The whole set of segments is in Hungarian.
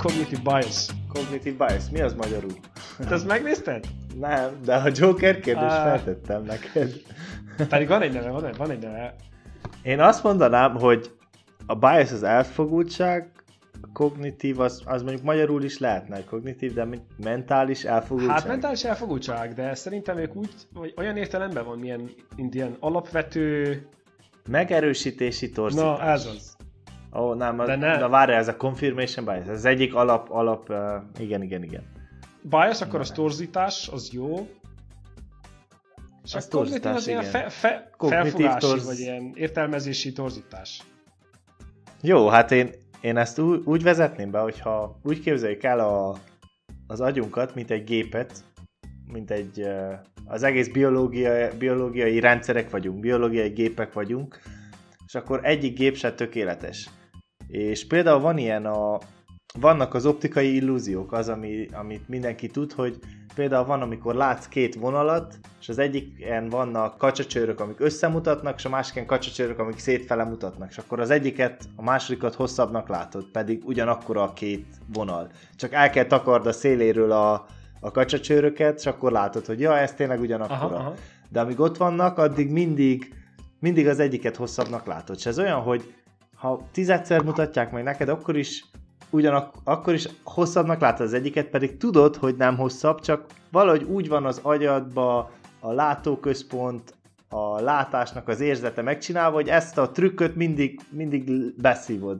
Cognitive Bias. Cognitive Bias, mi az magyarul? Te ezt megnézted? Nem, de a Joker kérdést feltettem neked. Pedig van egy neve. Én azt mondanám, hogy a bias az elfogultság, a kognitív az mondjuk magyarul is lehetne kognitív, de mentális elfogultság. Hát mentális elfogultság, de szerintem ők úgy, vagy olyan értelemben van, ilyen alapvető... Megerősítési torzítás. Na, ez az. Nem, na várjál, ez a confirmation bias, ez egyik alap, igen. Bias, akkor az torzítás, az jó. És az a kognitív az ilyen felfogási, vagy ilyen értelmezési torzítás. Jó, hát én ezt úgy vezetném be, hogyha úgy képzeljük el az agyunkat, mint egy gépet, mint az egész biológiai rendszerek vagyunk, biológiai gépek vagyunk, és akkor egyik gép se tökéletes. És például vannak az optikai illúziók, az, amit mindenki tud, hogy például van, amikor látsz két vonalat, és az egyiken vannak kacsacsőrök, amik összemutatnak, és a másiken kacsacsőrök, amik szétfele mutatnak, és akkor az egyiket, a másodikat hosszabbnak látod, pedig ugyanakkora a két vonal. Csak el kell takard a széléről a kacsacsőröket, és akkor látod, hogy ja, ez tényleg ugyanakkora. Aha. De amíg ott vannak, addig mindig az egyiket hosszabbnak látod. És ez olyan, hogy ha 10-szer mutatják meg neked, akkor is hosszabbnak látod az egyiket, pedig tudod, hogy nem hosszabb, csak valahogy úgy van az agyadba a látóközpont, a látásnak az érzete megcsinálva, hogy ezt a trükköt mindig beszívod.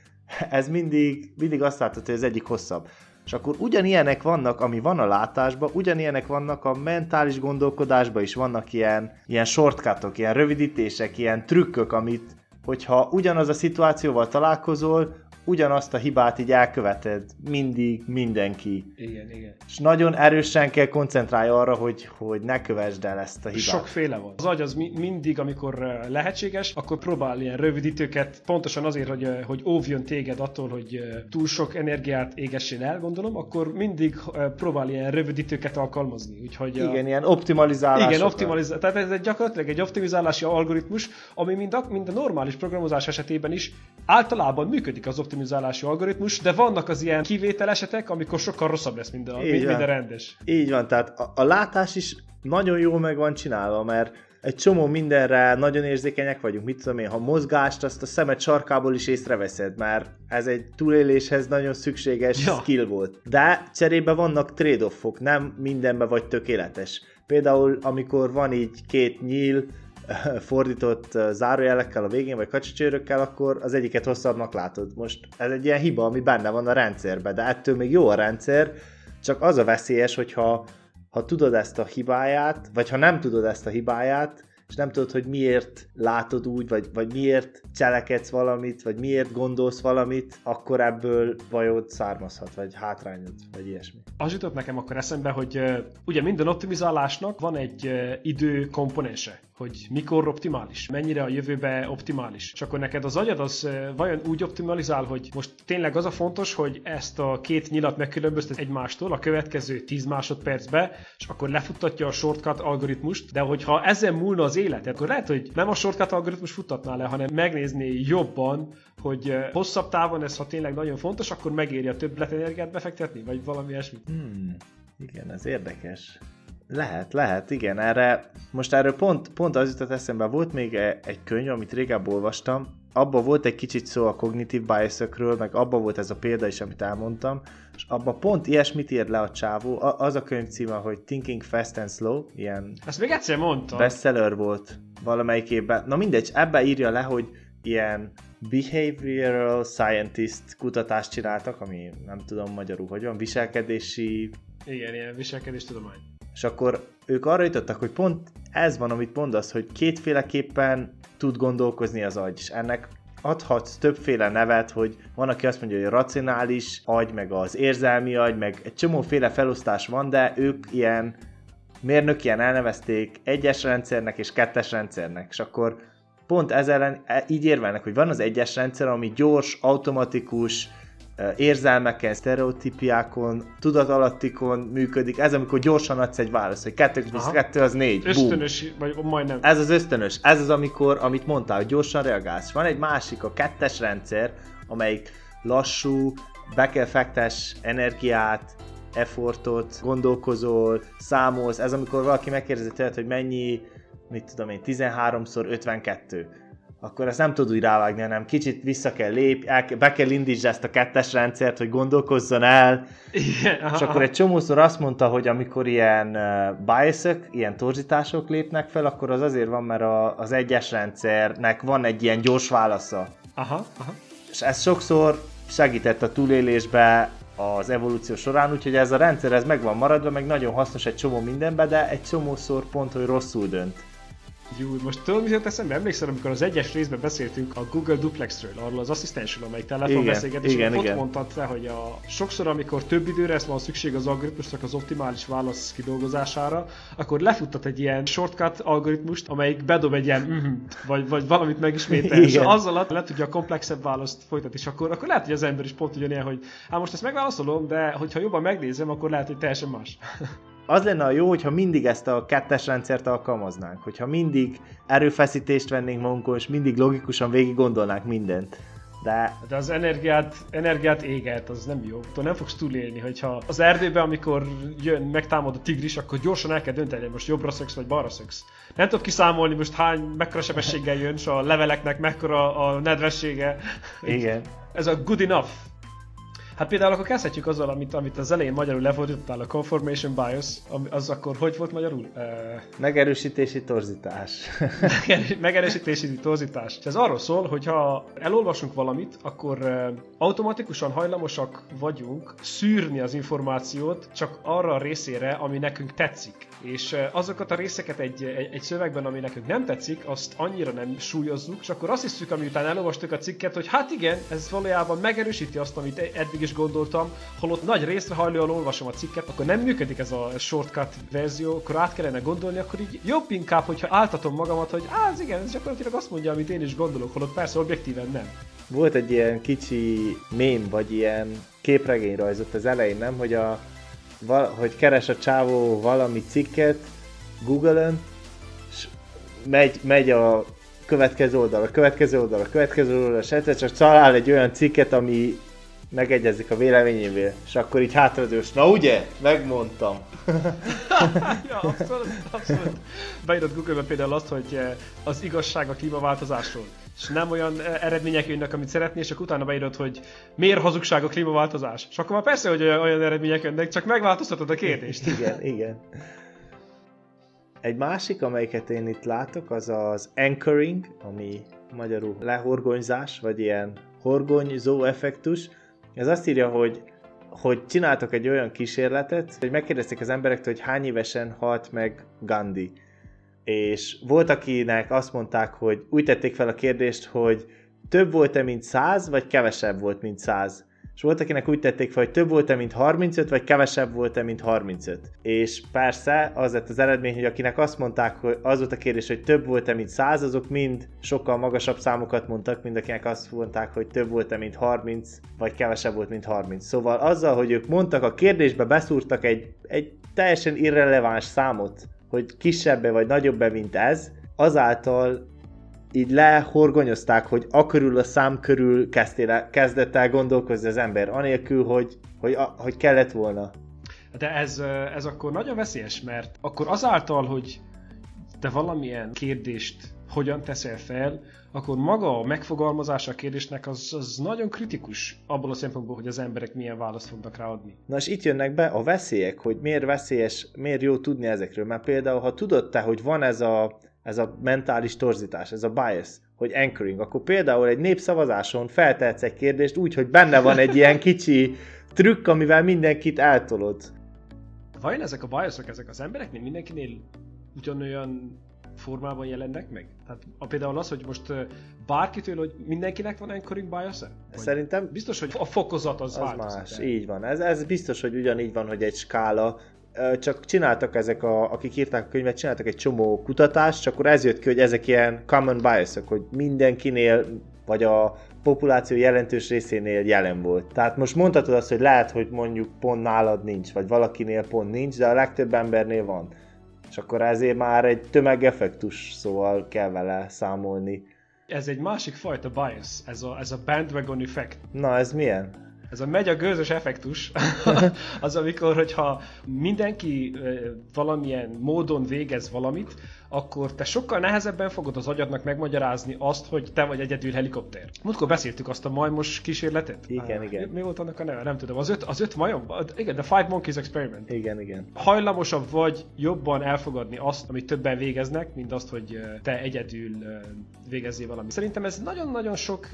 Ez mindig azt látod, hogy az egyik hosszabb. És akkor ugyanilyenek vannak, ami van a látásban, ugyanilyenek vannak a mentális gondolkodásban is, vannak ilyen shortcutok, ilyen rövidítések, ilyen trükkök, amit, hogyha ugyanaz a szituációval találkozol, ugyanazt a hibát így elköveted mindig, mindenki. Igen. És nagyon erősen kell koncentrálni arra, hogy ne kövesd el ezt a hibát. Sokféle van. Az agy az mindig, amikor lehetséges, akkor próbál ilyen rövidítőket, pontosan azért, hogy óvjon téged attól, hogy túl sok energiát égessen el, gondolom, akkor mindig próbál ilyen rövidítőket alkalmazni. Úgyhogy igen, ilyen optimalizálás. Igen, tehát ez gyakorlatilag egy optimizálási algoritmus, ami mind a normális programozás esetében is általában működik az optimizálási algoritmus, de vannak az ilyen kivétel esetek, amikor sokkal rosszabb lesz, mint a rendes. Így van, tehát a látás is nagyon jól meg van csinálva, mert egy csomó mindenre nagyon érzékenyek vagyunk. Mit tudom én, ha mozgást, azt a szemed sarkából is észreveszed, mert ez egy túléléshez nagyon szükséges skill volt. De cserébe vannak trade-offok, nem mindenben vagy tökéletes. Például, amikor van így két nyíl, fordított zárójelekkel a végén, vagy kacsacsőrökkel, akkor az egyiket hosszabbnak látod. Most ez egy ilyen hiba, ami benne van a rendszerben, de ettől még jó a rendszer, csak az a veszélyes, hogyha tudod ezt a hibáját, vagy ha nem tudod ezt a hibáját, és nem tudod, hogy miért látod úgy, vagy miért cselekedsz valamit, vagy miért gondolsz valamit, akkor ebből bajod származhat, vagy hátrányod, vagy ilyesmi. Az jutott nekem akkor eszembe, hogy ugye minden optimizálásnak van egy idő komponense, hogy mikor optimális, mennyire a jövőbe optimális. És akkor neked az agyad az vajon úgy optimalizál, hogy most tényleg az a fontos, hogy ezt a két nyilat megkülönböztet egymástól a következő 10 másodpercbe, és akkor lefuttatja a shortcut algoritmust, de hogyha ezen múlna az élet, akkor lehet, hogy nem a shortcut algoritmus futtatná le, hanem megnézné jobban, hogy hosszabb távon ez, ha tényleg nagyon fontos, akkor megéri a többletenergiát befektetni, vagy valami ilyesmi. Igen, ez érdekes. Lehet, igen. Erről pont az jutott eszembe, volt még egy könyv, amit régebben olvastam, abban volt egy kicsit szó a cognitive bias-ökről, meg abban volt ez a példa is, amit elmondtam, és abban pont ilyesmit ír le a csávó, az a könyv címe, hogy Thinking Fast and Slow, ilyen... Ezt még egyszer mondtam. Bestseller volt valamelyik évben. Na mindegy, ebben írja le, hogy ilyen behavioral scientist kutatást csináltak, ami nem tudom magyarul, hogy van, viselkedési... Igen, ilyen viselkedéstudomány. És akkor ők arra jutottak, hogy pont ez van, amit mondasz, hogy kétféleképpen tud gondolkozni az agy, és ennek adhatsz többféle nevet, hogy van, aki azt mondja, hogy a racionális agy, meg az érzelmi agy, meg egy csomóféle felosztás van, de ők ilyen mérnök ilyen elnevezték 1-es rendszernek és 2-es rendszernek, és akkor pont ezzel így érvelnek, hogy van az 1-es rendszer, ami gyors, automatikus, érzelmeken, sztereotípiákon, tudatalattikon működik. Ez amikor gyorsan adsz egy választ, hogy 2+2 az 4. Ösztönös, vagy majdnem. Ez az ösztönös. Ez az, amikor, amit mondtál, hogy gyorsan reagálsz. Van egy másik, a 2-es rendszer, amelyik lassú, be kell fektess energiát, effortot, gondolkozol, számolsz. Ez amikor valaki megkérdezi tőled, hogy mennyi, mit tudom én, 13x52. Akkor ezt nem tud úgy rávágni, hanem kicsit vissza kell lépni, be kell indítsd ezt a kettes rendszert, hogy gondolkozzon el. Igen, és akkor egy csomószor azt mondta, hogy amikor ilyen biasok, ilyen torzítások lépnek fel, akkor az azért van, mert az egyes rendszernek van egy ilyen gyors válasza. Aha. És ez sokszor segített a túlélésbe az evolúció során, úgyhogy ez a rendszer ez meg van maradva, meg nagyon hasznos egy csomó mindenben, de egy csomószor pont, hogy rosszul dönt. Jó, most tudod, mi jött eszembe? Emlékszel, amikor az egyes részben beszéltünk a Google Duplexről, arról az asszisztensről, amelyik telefonbeszélgetés, és ott mondtad te, hogy sokszor, amikor több időre van szükség az algoritmusnak az optimális válasz kidolgozására, akkor lefuttat egy ilyen shortcut algoritmust, amelyik bedob egy ilyen vagy valamit megismétel, és az alatt le tudja a komplexebb választ folytatni, és akkor lehet, hogy az ember is pont ugyanilyen, hogy hát most ezt megválaszolom, de hogyha jobban megnézem, akkor lehet, hogy teljesen más. Az lenne a jó, hogyha mindig ezt a kettes rendszert alkalmaznánk, hogyha mindig erőfeszítést vennénk magunkon, és mindig logikusan végig gondolnánk mindent. De az energiát éget, az nem jó. Nem fogsz túlélni, hogyha az erdőben, amikor megtámad a tigris, akkor gyorsan el kell dönteni, hogy most jobbra szöksz, vagy balra szöksz. Nem tudod kiszámolni most mekkora sebességgel jön, és a leveleknek mekkora a nedvessége. Igen. Ez a good enough. Hát például akkor kezdhetjük azzal, amit az elején magyarul lefordítottál, a confirmation bias, az akkor hogy volt magyarul? Megerősítési torzítás. Megerősítési torzítás. Ez arról szól, hogy ha elolvasunk valamit, akkor automatikusan hajlamosak vagyunk szűrni az információt csak arra a részére, ami nekünk tetszik. És azokat a részeket egy szövegben, ami nekünk nem tetszik, azt annyira nem súlyozzuk, és akkor azt hiszük, amiután elolvastuk a cikket, hogy hát igen, ez valójában megerősíti azt, amit eddig is gondoltam, holott nagy részre hajlóan olvasom a cikket, akkor nem működik ez a shortcut verzió, akkor át kellene gondolni, akkor így jobb inkább, hogyha áltatom magamat, hogy az igen, ez gyakorlatilag azt mondja, amit én is gondolok, holott persze objektíven nem. Volt egy ilyen kicsi mém, vagy ilyen képregényrajzot az elején, nem? Hogy keres a csávó valami cikket Google-ön, és megy a következő oldalra, és egyszer csak talál egy olyan cikket, ami megegyezik a véleményével, és akkor így hátradős. Na ugye? Megmondtam. Ja, abszolút. Beírod Google-ben például azt, hogy az igazság a klímaváltozásról. És nem olyan eredmények jönnek, amit szeretnél, és akkor utána beírod, hogy miért hazugság a klímaváltozás. És akkor már persze, hogy olyan eredmények jönnek, csak megváltoztatod a kérdést. Igen. Egy másik, amelyiket én itt látok, az az anchoring, ami magyarul lehorgonyzás, vagy ilyen horgonyzó effektus. Ez azt írja, hogy csináltok egy olyan kísérletet, hogy megkérdezték az emberektől, hogy hány évesen halt meg Gandhi. És volt, akinek azt mondták, hogy úgy tették fel a kérdést, hogy több volt-e, mint 100, vagy kevesebb volt, mint 100. És volt, akinek úgy tették fel, hogy több volt-e, mint 35, vagy kevesebb volt-e, mint 35. És persze az lett az eredmény, hogy akinek azt mondták, hogy az volt a kérdés, hogy több volt-e, mint 100, azok mind sokkal magasabb számokat mondtak, mint akinek azt mondták, hogy több volt-e, mint 30, vagy kevesebb volt, mint 30. Szóval azzal, hogy ők mondtak, a kérdésbe beszúrtak egy teljesen irreleváns számot, hogy kisebbe vagy nagyobb-e, mint ez, azáltal így lehorgonyozták, hogy akörül a szám körül kezdett el gondolkozni az ember, anélkül, hogy kellett volna. De ez akkor nagyon veszélyes, mert akkor azáltal, hogy te valamilyen kérdést hogyan teszel fel, akkor maga a megfogalmazása a kérdésnek az nagyon kritikus abból a szempontból, hogy az emberek milyen választ fognak ráadni. Na és itt jönnek be a veszélyek, hogy miért veszélyes, miért jó tudni ezekről. Mert például, ha tudod te, hogy van ez a mentális torzítás, ez a bias, hogy anchoring, akkor például egy népszavazáson feltehetsz egy kérdést úgy, hogy benne van egy ilyen kicsi trükk, amivel mindenkit eltolod. Vajon ezek a biasok, ezek az embereknél mindenkinél ugyanolyan formában jelennek meg? Tehát például az, hogy most bárkitől, hogy mindenkinek van anchoring bias-e? Szerintem biztos, hogy a fokozat az változik. Más, így van. Ez biztos, hogy ugyanígy van, hogy egy skála. Csak csináltak akik írták a könyvet, csináltak egy csomó kutatást, csak akkor ez jött ki, hogy ezek ilyen common biasok, hogy mindenkinél, vagy a populáció jelentős részénél jelen volt. Tehát most mondhatod azt, hogy lehet, hogy mondjuk pont nálad nincs, vagy valakinél pont nincs, de a legtöbb embernél van. És akkor ezért már egy tömegeffektus, szóval kell vele számolni. Ez egy másik fajta bias, ez a bandwagon effect. Na, ez milyen? Ez a megy a gőzös effektus, az amikor, hogyha mindenki valamilyen módon végez valamit, akkor te sokkal nehezebben fogod az agyadnak megmagyarázni azt, hogy te vagy egyedül helikopter. Múltkor beszéltük azt a majmos kísérletet? Igen. Mi volt annak a neve? Nem tudom. Az öt majom? Igen, The Five Monkeys Experiment. Igen. Hajlamosabb vagy jobban elfogadni azt, amit többen végeznek, mint azt, hogy te egyedül végezzél valamit. Szerintem ez nagyon-nagyon sok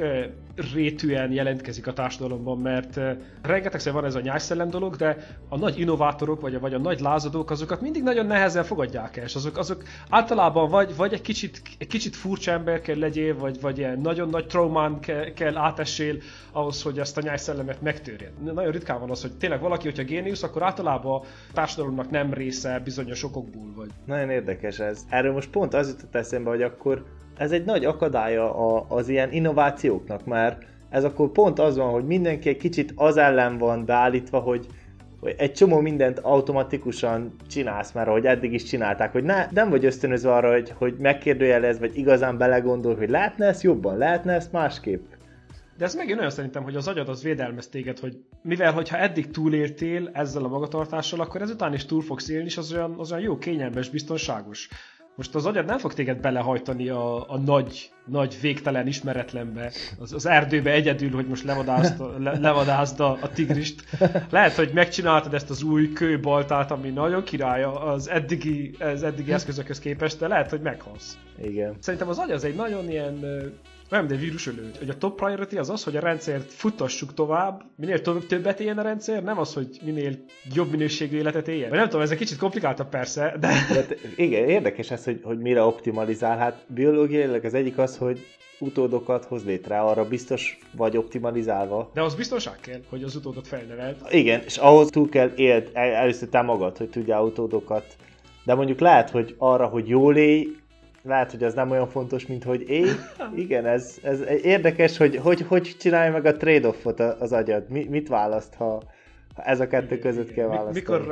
rétűen jelentkezik a társadalomban, mert rengetegszer van ez a nyájszellem dolog, de a nagy innovátorok, vagy a nagy lázadók, azokat mindig nagyon nehezen fogadják el, és azok általában vagy egy kicsit furcsa ember kell legyél, vagy ilyen nagyon nagy traumán kell átessél ahhoz, hogy ezt a nyájszellemet megtörjed. Nagyon ritkán van az, hogy tényleg valaki, hogyha géniusz, akkor általában a társadalomnak nem része bizonyos okokból vagy. Nagyon érdekes ez. Erről most pont az jutott eszembe, hogy akkor ez egy nagy akadálya az ilyen innovációknak, mert ez akkor pont az van, hogy mindenki egy kicsit az ellen van beállítva, hogy egy csomó mindent automatikusan csinálsz már, ahogy eddig is csinálták, hogy nem vagy ösztönözve arra, hogy megkérdőjelez, vagy igazán belegondol, hogy lehetne ezt jobban, lehetne ezt másképp. De ez megint olyan szerintem, hogy az agyad az védelmez téged, hogy mivel, hogyha eddig túléltél ezzel a magatartással, akkor ezután is túl fogsz élni, és az olyan jó, kényelmes, biztonságos. Most az agyad nem fog téged belehajtani a nagy végtelen ismeretlenbe, az erdőbe egyedül, hogy most levadázd a tigrist. Lehet, hogy megcsináltad ezt az új kőbaltát, ami nagyon király az eddigi eszközökhöz képest, de lehet, hogy meghalsz. Igen. Szerintem az agy az egy nagyon ilyen... Nem, de vírusölő. Hogy a top priority az, hogy a rendszert futtassuk tovább, minél többet éljen a rendszer, nem az, hogy minél jobb minőségű életet éljen. Nem tudom, ez egy kicsit komplikáltabb persze, de... Igen, érdekes ez, hogy mire optimalizál. Hát biológiailag az egyik az, hogy utódokat hoz létre, arra biztos vagy optimalizálva. De az biztonság kell, hogy az utódot felneveld. Igen, és ahhoz túl kell éld először te magad, hogy tudjál utódokat. De mondjuk lehet, hogy arra, hogy jól élj, lehet, hogy az nem olyan fontos, mint hogy élj. Igen, ez érdekes, hogy csinálja meg a trade-offot az agyad. Mit választ, ha ez a kettő között kell választani? Mikor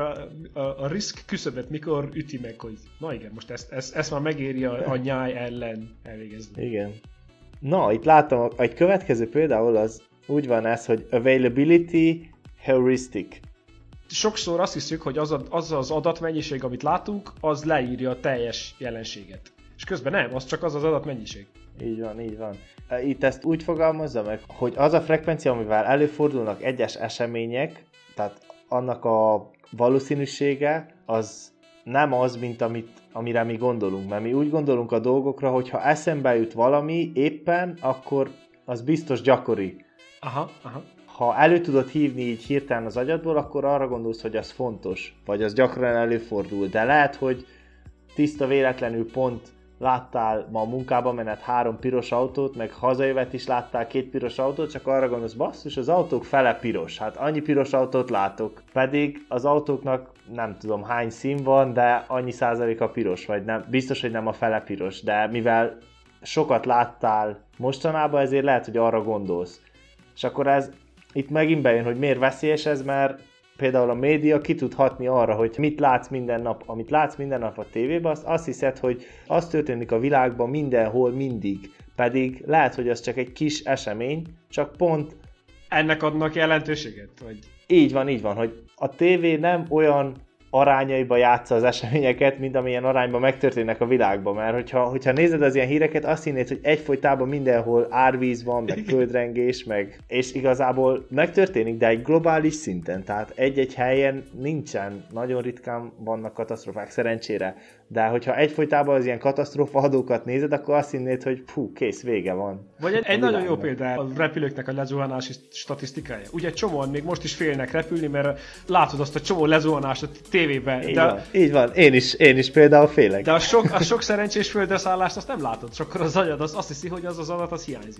a risk küszöbet, mikor üti meg, hogy na igen, most ezt már megéri a nyáj ellen elvégezni. Igen. Na, itt látom, egy következő például az úgy van ez, hogy availability heuristic. Sokszor azt hiszük, hogy az adatmennyiség, amit látunk, az leírja a teljes jelenséget. És közben nem, az csak az adatmennyiség. Így van. Itt ezt úgy fogalmazza meg, hogy az a frekvencia, amivel előfordulnak egyes események, tehát annak a valószínűsége, az nem az, mint amire mi gondolunk. Mert mi úgy gondolunk a dolgokra, hogy ha eszembe jut valami éppen, akkor az biztos gyakori. Aha. Ha elő tudod hívni így hirtelen az agyadból, akkor arra gondolsz, hogy az fontos, vagy az gyakran előfordul. De lehet, hogy tiszta véletlenül pont láttál ma a munkába menet 3 piros autót, meg hazajövet is láttál 2 piros autót, csak arra gondolsz, basszus, az autók fele piros. Hát annyi piros autót látok. Pedig az autóknak nem tudom hány szín van, de annyi százaléka piros, vagy nem, biztos, hogy nem a fele piros. De mivel sokat láttál mostanában, ezért lehet, hogy arra gondolsz. És akkor ez itt megint bejön, hogy miért veszélyes ez, mert például a média ki tud hatni arra, hogy mit látsz minden nap. Amit látsz minden nap a tévében, azt hiszed, hogy az történik a világban mindenhol, mindig. Pedig lehet, hogy az csak egy kis esemény, csak pont... Ennek adnak jelentőséget? Vagy... Így van, hogy a tévé nem olyan arányaiba játsza az eseményeket, mint amilyen arányban megtörténnek a világban, mert hogyha nézed az ilyen híreket, azt hinnéd, hogy egyfolytában mindenhol árvíz van, meg földrengés, és igazából megtörténik, de egy globális szinten, tehát egy-egy helyen nincsen, nagyon ritkán vannak katasztrófák, szerencsére, de hogyha egyfolytában az ilyen katasztrófa adókat nézed, akkor azt hinnéd, hogy kész, vége van. Vagy egy nagyon jó példa a repülőknek a lezuhanási statisztikája. Ugye csomóan még most is félnek repülni, mert látod azt a csomó lezuhanást a tévében. Így van. Én is például félek. De a sok szerencsés földre szállást azt nem látod, és akkor az agyad azt hiszi, hogy az adat az hiányzik.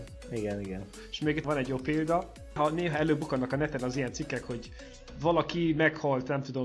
Igen. És még itt van egy jó példa, ha néha előbukkannak a neten az ilyen cikkek, hogy valaki meghalt, nem tudom,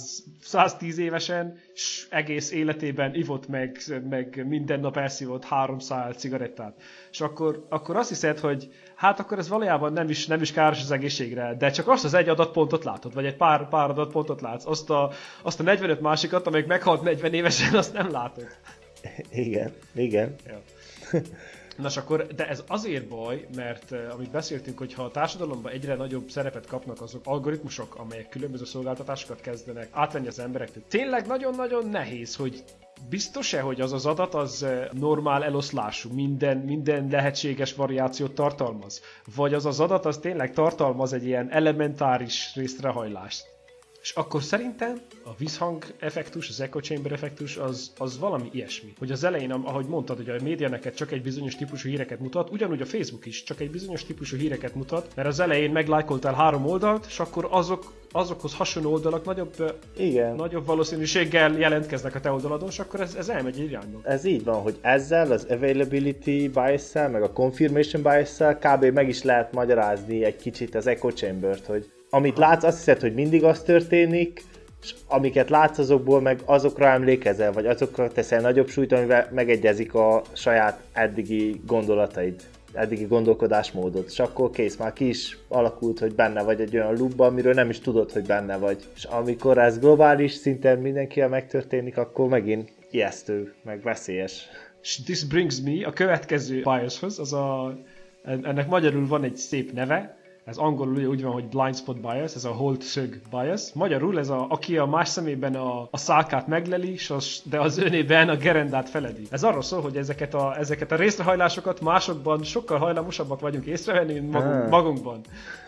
110 évesen, és egész életében ivott meg minden nap elszívott 3 szál cigarettát. És akkor azt hiszed, hogy hát akkor ez valójában nem is káros az egészségre, de csak azt az egy adatpontot látod, vagy egy pár adatpontot látsz. Azt a 45 másikat, amelyik meghalt 40 évesen, azt nem látod. Igen. Ja. Nos akkor, de ez azért baj, mert amit beszéltünk, hogy ha a társadalomban egyre nagyobb szerepet kapnak azok algoritmusok, amelyek különböző szolgáltatásokat kezdenek átvenni az emberektől, tényleg nagyon-nagyon nehéz, hogy biztos-e, hogy az az adat az normál eloszlású, minden lehetséges variációt tartalmaz? Vagy az az adat az tényleg tartalmaz egy ilyen elementáris részrehajlást? És akkor szerintem a vízhang effektus, az echo chamber effektus az valami ilyesmi. Hogy az elején, ahogy mondtad, hogy a média neked csak egy bizonyos típusú híreket mutat, ugyanúgy a Facebook is csak egy bizonyos típusú híreket mutat, mert az elején meglájkoltál 3 oldalt, és akkor azokhoz hasonló oldalak nagyobb valószínűséggel jelentkeznek a te oldaladon, és akkor ez elmegy egy irányba. Ez így van, hogy ezzel az availability bias-szel, meg a confirmation bias-szel kb. Meg is lehet magyarázni egy kicsit az echo chambert, hogy amit látsz, azt hiszed, hogy mindig az történik, és amiket látsz azokból, meg azokra emlékezel, vagy azokra teszel nagyobb súlyt, amivel megegyezik a saját eddigi gondolataid, eddigi gondolkodásmódot. És akkor kész, már ki is alakult, hogy benne vagy egy olyan loopban, amiről nem is tudod, hogy benne vagy. És amikor ez globális szinten mindenkivel megtörténik, akkor megint ijesztő, meg veszélyes. This brings me a következő biashoz, ennek magyarul van egy szép neve, ez angolul úgy van, hogy blind spot bias, ez a holt szög bias. Magyarul ez aki a más szemében a szálkát megleli, de az önében a gerendát feledi. Ez arról szól, hogy ezeket a részrehajlásokat másokban sokkal hajlamosabbak vagyunk észrevenni, mint magunkban.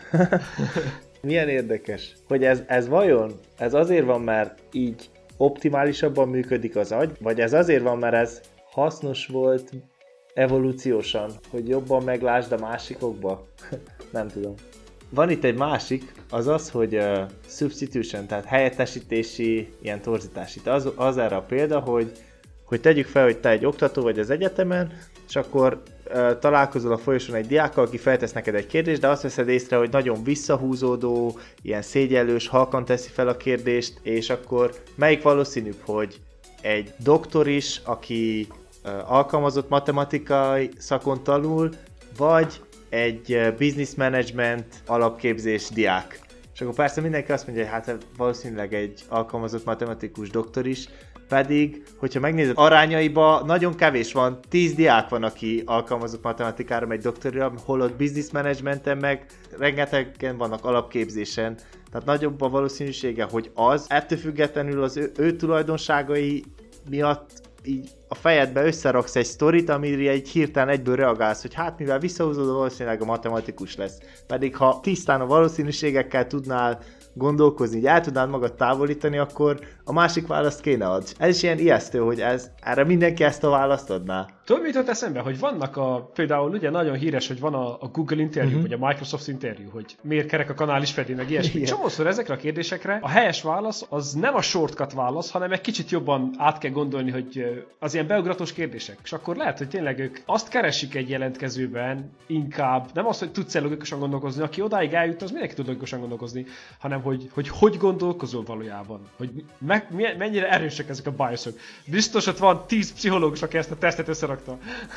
Milyen érdekes, hogy ez vajon, ez azért van, mert így optimálisabban működik az agy, vagy ez azért van, mert ez hasznos volt evolúciósan, hogy jobban meglásd a másikokba? Nem tudom. Van itt egy másik, az, hogy substitution, tehát helyettesítési ilyen torzítás. Itt az erre a példa, hogy tegyük fel, hogy te egy oktató vagy az egyetemen, és akkor találkozol a folyosón egy diákkal, aki feltesz neked egy kérdést, de azt veszed észre, hogy nagyon visszahúzódó, ilyen szégyellős, halkan teszi fel a kérdést, és akkor melyik valószínűbb, hogy egy doktor is, aki alkalmazott matematikai szakon tanul, vagy egy business management alapképzés diák. És akkor persze mindenki azt mondja, hogy hát valószínűleg egy alkalmazott matematikus doktor is, pedig, hogyha megnézed arányaiba, nagyon kevés van, 10 diák van, aki alkalmazott matematikára megy doktorira, holott business managementen meg rengetegen vannak alapképzésen, tehát nagyobb a valószínűsége, hogy az, ettől függetlenül az ő tulajdonságai miatt így a fejedbe összeraksz egy sztorit, amire egy hirtelen egyből reagálsz, hogy hát mivel visszahúzódó, valószínűleg a matematikus lesz. Pedig ha tisztán a valószínűségekkel tudnál gondolkozni, így el tudnád magad távolítani, akkor a másik választ kéne adni. Ez is ilyen ijesztő, hogy erre mindenki ezt a választ adná. Tudod, mit jut eszembe, hogy vannak például ugye nagyon híres, hogy van a Google interjú, vagy a Microsoft interjú, hogy miért kerek a kanál is fedi, meg ilyesmi. Csomószor ezekre a kérdésekre a helyes válasz az nem a shortcut válasz, hanem egy kicsit jobban át kell gondolni, hogy az ilyen beugratós kérdések. És akkor lehet, hogy tényleg ők azt keresik egy jelentkezőben inkább, nem az, hogy tudsz logikusan gondolkozni, aki odáig eljut, az mindenki tud logikusan gondolkozni, hanem hogy gondolkozol valójában, hogy mennyire erősek ezek a biasok. Biztos, hogy van 10 pszichológus, aki ezt a tesztet összerakta.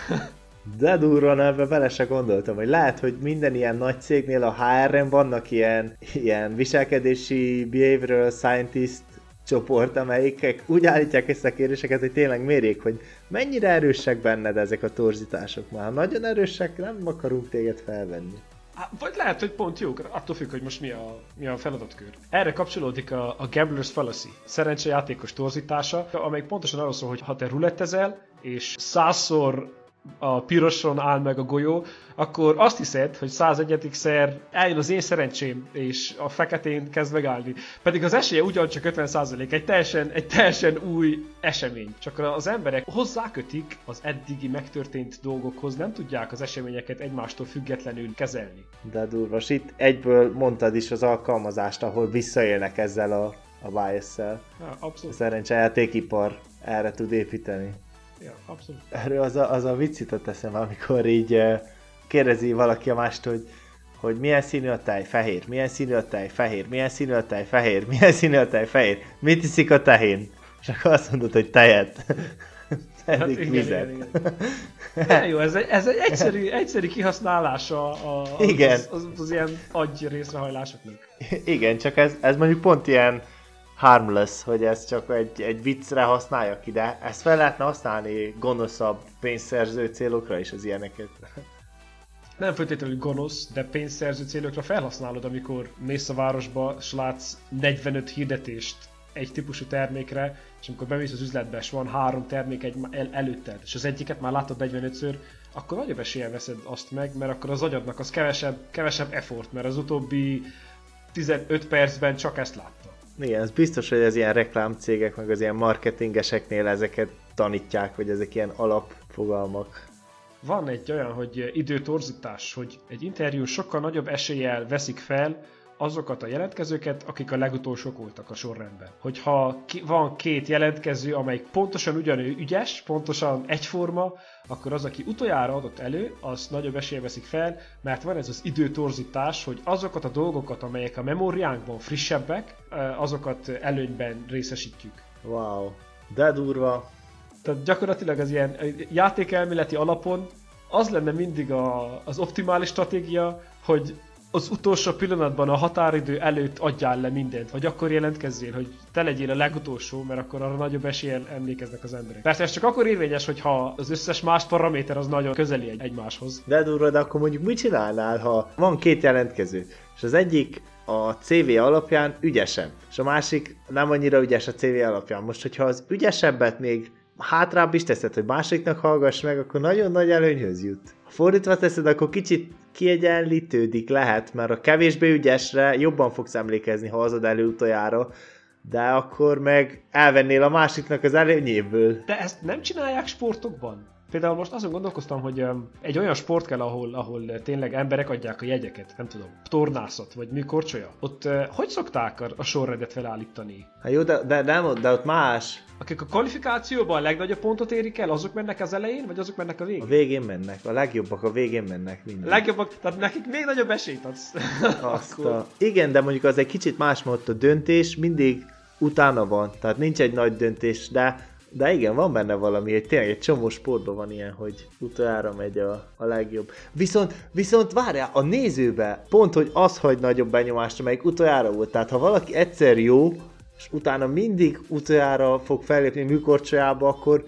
De durran, ebbe bele se gondoltam, hogy lehet, hogy minden ilyen nagy cégnél a HR-en vannak ilyen viselkedési behavioral scientist csoport, amelyikek úgy állítják ezt a kérdéseket, hogy tényleg mérjék, hogy mennyire erősek benned ezek a torzítások már. Nagyon erősek, nem akarunk téged felvenni. Vagy lehet, hogy pont jók, attól függ, hogy most mi a feladatkör. Erre kapcsolódik a Gambler's Fallacy, szerencsejátékos torzítása, amelyik pontosan arról szól, hogy ha te rulettezel, és 100-szor a piroson áll meg a golyó, akkor azt hiszed, hogy 101-szer eljön az én szerencsém, és a feketén kezd megállni. Pedig az esélye ugyancsak 50%, egy teljesen új esemény. Csak az emberek hozzákötik az eddigi megtörtént dolgokhoz, nem tudják az eseményeket egymástól függetlenül kezelni. De durvas, itt egyből mondtad is az alkalmazást, ahol visszaélnek ezzel a bias-szel. Ja, abszolút. A szerencsejátékipar erre tud építeni. Ja, abszolút. Erről az a vicc jutott eszembe, amikor így kérdezi valaki a mást, hogy milyen színű a tej? Fehér. Milyen színű a tej? Fehér. Milyen színű a tej? Fehér. Milyen színű a tej? Fehér. Mit iszik a tehén? És akkor azt mondod, hogy tejet. Eddig hát vizet. Igen. Jó, ez egy egyszerű kihasználása az ilyen agy részrehajlásoknak. Igen, csak ez mondjuk pont ilyen harmless, hogy ezt csak egy viccre használják ide. Ezt fel lehetne használni gonoszabb pénzszerző célokra is az ilyeneket. Nem feltétlenül gonosz, de pénzszerző célokra felhasználod, amikor mész a városba, és látsz 45 hirdetést egy típusú termékre, és amikor bemész az üzletbe, és van 3 termék előtted, és az egyiket már látod 45-ször, akkor nagyobb eséllyel veszed azt meg, mert akkor az agyadnak az kevesebb effort, mert az utóbbi 15 percben csak ezt látta. Igen, ez biztos, hogy az ilyen reklámcégek, meg az ilyen marketingeseknél ezeket tanítják, hogy ezek ilyen alapfogalmak. Van egy olyan, hogy időtorzítás, hogy egy interjú sokkal nagyobb eséllyel veszik fel azokat a jelentkezőket, akik a legutolsók voltak a sorrendben. Hogyha van 2 jelentkező, amelyik pontosan ugyanő ügyes, pontosan egyforma, akkor az, aki utoljára adott elő, az nagyobb eséllyel veszik fel, mert van ez az időtorzítás, hogy azokat a dolgokat, amelyek a memóriánkban frissebbek, azokat előnyben részesítjük. Wow, de durva. Tehát gyakorlatilag az ilyen játékelméleti alapon az lenne mindig az optimális stratégia, hogy az utolsó pillanatban a határidő előtt adjál le mindent, vagy akkor jelentkezzél, hogy te legyél a legutolsó, mert akkor arra nagyobb eséllyel emlékeznek az emberek. Persze ez csak akkor érvényes, hogyha az összes más paraméter az nagyon közeli egymáshoz. De durva, de akkor mondjuk mit csinálnál, ha van 2 jelentkező, és az egyik a CV alapján ügyesebb, és a másik nem annyira ügyes a CV alapján. Most, hogyha az ügyesebbet még hátrább is teszed, hogy másiknak hallgass meg, akkor nagyon nagy előnyhöz jut. Ha fordítva teszed, akkor kicsit kiegyenlítődik lehet, mert a kevésbé ügyesre jobban fogsz emlékezni, ha hozod elő utoljára, de akkor meg elvennél a másiknak az előnyéből. De ezt nem csinálják sportokban? Például most azon gondolkoztam, hogy egy olyan sport kell, ahol tényleg emberek adják a jegyeket, nem tudom, tornászat, vagy műkorcsolya. Ott hogy szokták a sorrendet felállítani? Hát jó, de ott más. Akik a kvalifikációban a legnagyobb pontot érik el, azok mennek az elején, vagy azok mennek a végén? A végén mennek, a legjobbak a végén mennek minden. A legjobbak, tehát nekik még nagyobb esélyt adsz. Igen, de mondjuk az egy kicsit más, mert a döntés mindig utána van, tehát nincs egy nagy döntés, de igen, van benne valami, hogy tényleg egy csomó sportban van ilyen, hogy utoljára megy a legjobb. Viszont várjál, a nézőbe pont, hogy az hagy nagyobb benyomást, amelyik utoljára volt. Tehát ha valaki egyszer jó, és utána mindig utoljára fog fellépni műkorcsolyába, akkor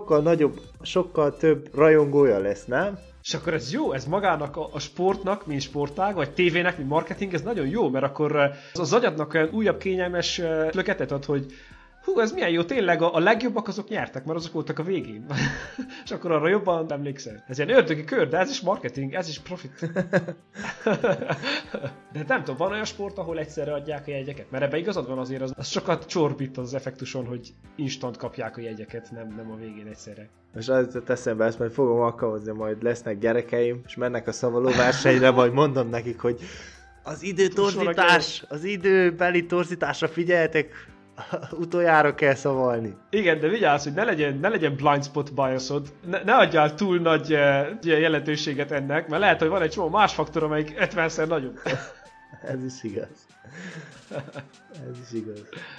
sokkal több rajongója lesz, nem? És akkor ez jó, ez magának a sportnak, mint sportág, vagy tévének, mint marketing, ez nagyon jó, mert akkor az agyadnak olyan újabb kényelmes löketet ad, hogy hú, ez milyen jó, tényleg a legjobbak azok nyertek, mert azok voltak a végén. És akkor arra jobban emlékszel. Ez ilyen ördögi kör, de ez is marketing, ez is profit. De nem tudom, van olyan sport, ahol egyszerre adják a jegyeket? Mert ebben igazad van azért, az sokat csorbít az effektuson, hogy instant kapják a jegyeket, nem a végén egyszerre. És az jutott eszembe, ezt majd fogom alkalmazni, majd lesznek gyerekeim, és mennek a szavalóversenyre, majd mondom nekik, hogy az időtorzítás, az időbeli torzításra figyeljetek, utoljára kell szavalni. Igen, de vigyázz, hogy ne legyen blind spot biasod, ne adjál túl nagy jelentőséget ennek, mert lehet, hogy van egy csomó más faktor, amelyik 50-szer nagyobb. Ez is igaz. Ez is igaz.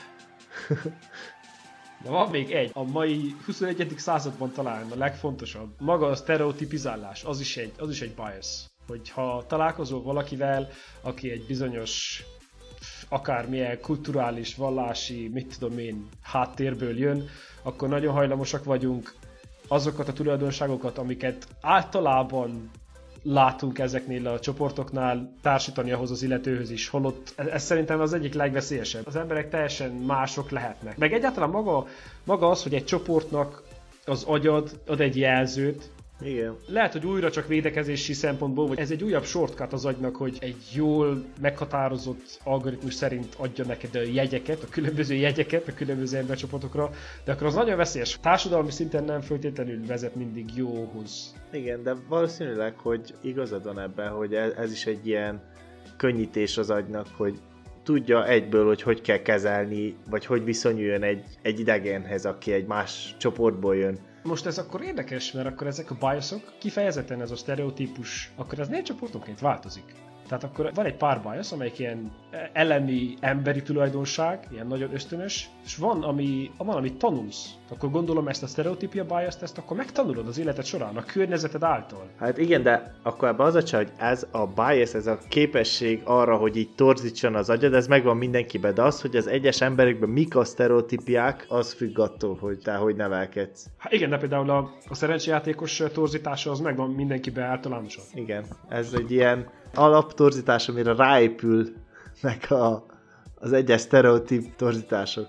De van még egy, a mai 21. században talán a legfontosabb. Maga a sztereotipizálás, az is egy bias. Hogyha találkozol valakivel, aki egy bizonyos akármilyen kulturális, vallási, mit tudom én, háttérből jön, akkor nagyon hajlamosak vagyunk azokat a tulajdonságokat, amiket általában látunk ezeknél a csoportoknál, társítani ahhoz az illetőhöz is, holott ez szerintem az egyik legveszélyesebb. Az emberek teljesen mások lehetnek. Meg egyáltalán maga az, hogy egy csoportnak az agyad ad egy jelzőt. Igen. Lehet, hogy újra csak védekezési szempontból, vagy ez egy újabb shortcut az agynak, hogy egy jól meghatározott algoritmus szerint adja neked a jegyeket, a különböző embercsoportokra, de akkor az nagyon veszélyes. Társadalmi szinten nem feltétlenül vezet mindig jóhoz. Igen, de valószínűleg, hogy igazad van ebben, hogy ez is egy ilyen könnyítés az agynak, hogy tudja egyből, hogy kell kezelni, vagy hogy viszonyuljon egy idegenhez, aki egy más csoportból jön. Most ez akkor érdekes, mert akkor ezek a biasok, kifejezetten ez a sztereotípus, akkor ez négy csoportonként változik. Tehát akkor van egy pár bias, amelyik ilyen elemi emberi tulajdonság, ilyen nagyon ösztönös, és van, ami tanulsz. Akkor gondolom ezt a sztereotípia bias-t, ezt akkor megtanulod az életed során, a környezeted által. Hát igen, de akkor ebben az a csaj, hogy ez a bias, ez a képesség arra, hogy így torzítson az agyad, ez megvan mindenkiben, de az, hogy az egyes emberekben mik a sztereotípiák, az függ attól, hogy te hogy nevelkedsz. Hát igen, de például a szerencsejátékos torzítása az megvan mindenkiben általánosan. Igen, ez egy ilyen alaptorzítás, amire ráépülnek az egyes sztereotíp torzítások.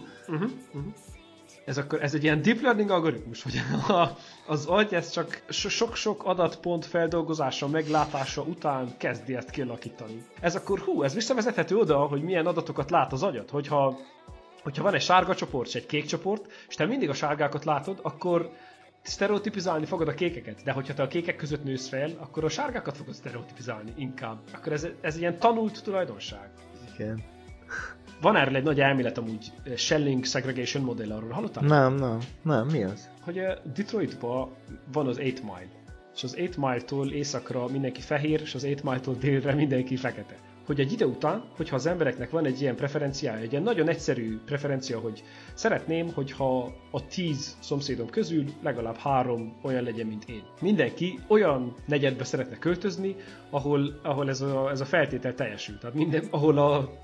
Ez egy ilyen deep learning algoritmus, hogy az agy ez csak sok-sok adatpont feldolgozása, meglátása után kezdi ezt kialakítani. Ez akkor ez visszavezethető oda, hogy milyen adatokat lát az agyad, hogyha van egy sárga csoport és egy kék csoport, és te mindig a sárgákat látod, akkor sztereotipizálni fogod a kékeket, de hogyha te a kékek között nősz fel, akkor a sárgákat fogod sztereotipizálni inkább. Akkor ez egy ilyen tanult tulajdonság. Igen. Van erről egy nagy elmélet amúgy, Schelling Segregation Model, arról hallottál? Nem, mi az? Hogy Detroitban van az 8 Mile, és az 8 Mile-tól északra mindenki fehér, és az 8 Mile-tól délre mindenki fekete. Hogy egy idő után, hogyha az embereknek van egy ilyen preferenciája, egy ilyen nagyon egyszerű preferencia, hogy szeretném, hogyha a 10 szomszédom közül legalább 3 olyan legyen, mint én. Mindenki olyan negyedbe szeretne költözni, ahol ez a feltétel teljesül. Tehát ahol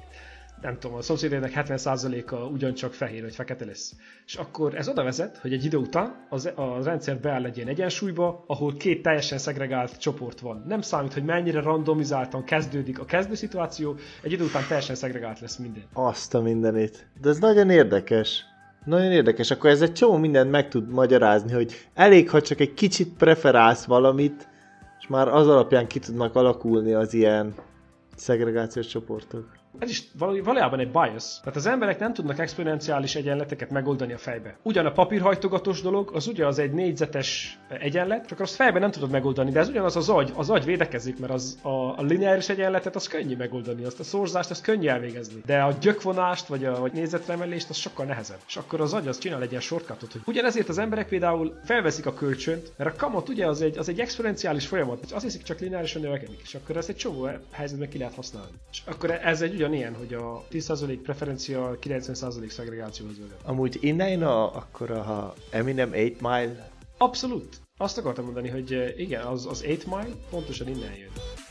a szomszédének 70%-a ugyancsak fehér vagy fekete lesz. És akkor ez oda vezet, hogy egy idő után a rendszer beáll egy ilyen egyensúlyba, ahol 2 teljesen szegregált csoport van. Nem számít, hogy mennyire randomizáltan kezdődik a kezdőszituáció, egy idő után teljesen szegregált lesz minden. Azt a mindenit. De ez nagyon érdekes. Nagyon érdekes. Akkor ez egy csomó mindent meg tud magyarázni, hogy elég, ha csak egy kicsit preferálsz valamit, és már az alapján ki tudnak alakulni az ilyen szegregációs csoportok. Ez is valójában egy bias. Tehát az emberek nem tudnak exponenciális egyenleteket megoldani a fejbe. Ugyan a papírhajtogatós dolog, az egy négyzetes egyenlet, csak azt fejben nem tudod megoldani, de ez ugyanaz az agy védekezik, mert a lineáris egyenletet az könnyű megoldani, azt a szorzást az könnyű elvégezni. De a gyökvonást vagy négyzetremelést az sokkal nehezebb. És akkor az agy az csinál egy ilyen shortcutot, hogy ugyanezért az emberek például felveszik a kölcsönt, mert a kamat ugye az egy exponenciális folyamat, azt hiszik csak lineárisan növekedik, és akkor ezt egy csomó helyzetben ki lehet használni. És akkor ez egy ugyanilyen, hogy a 10% preferencia 90% szegregációhoz vezet. Amúgy innen jön akkor a Eminem 8 Mile? Abszolút. Azt akartam mondani, hogy igen, az 8 Mile pontosan innen jön.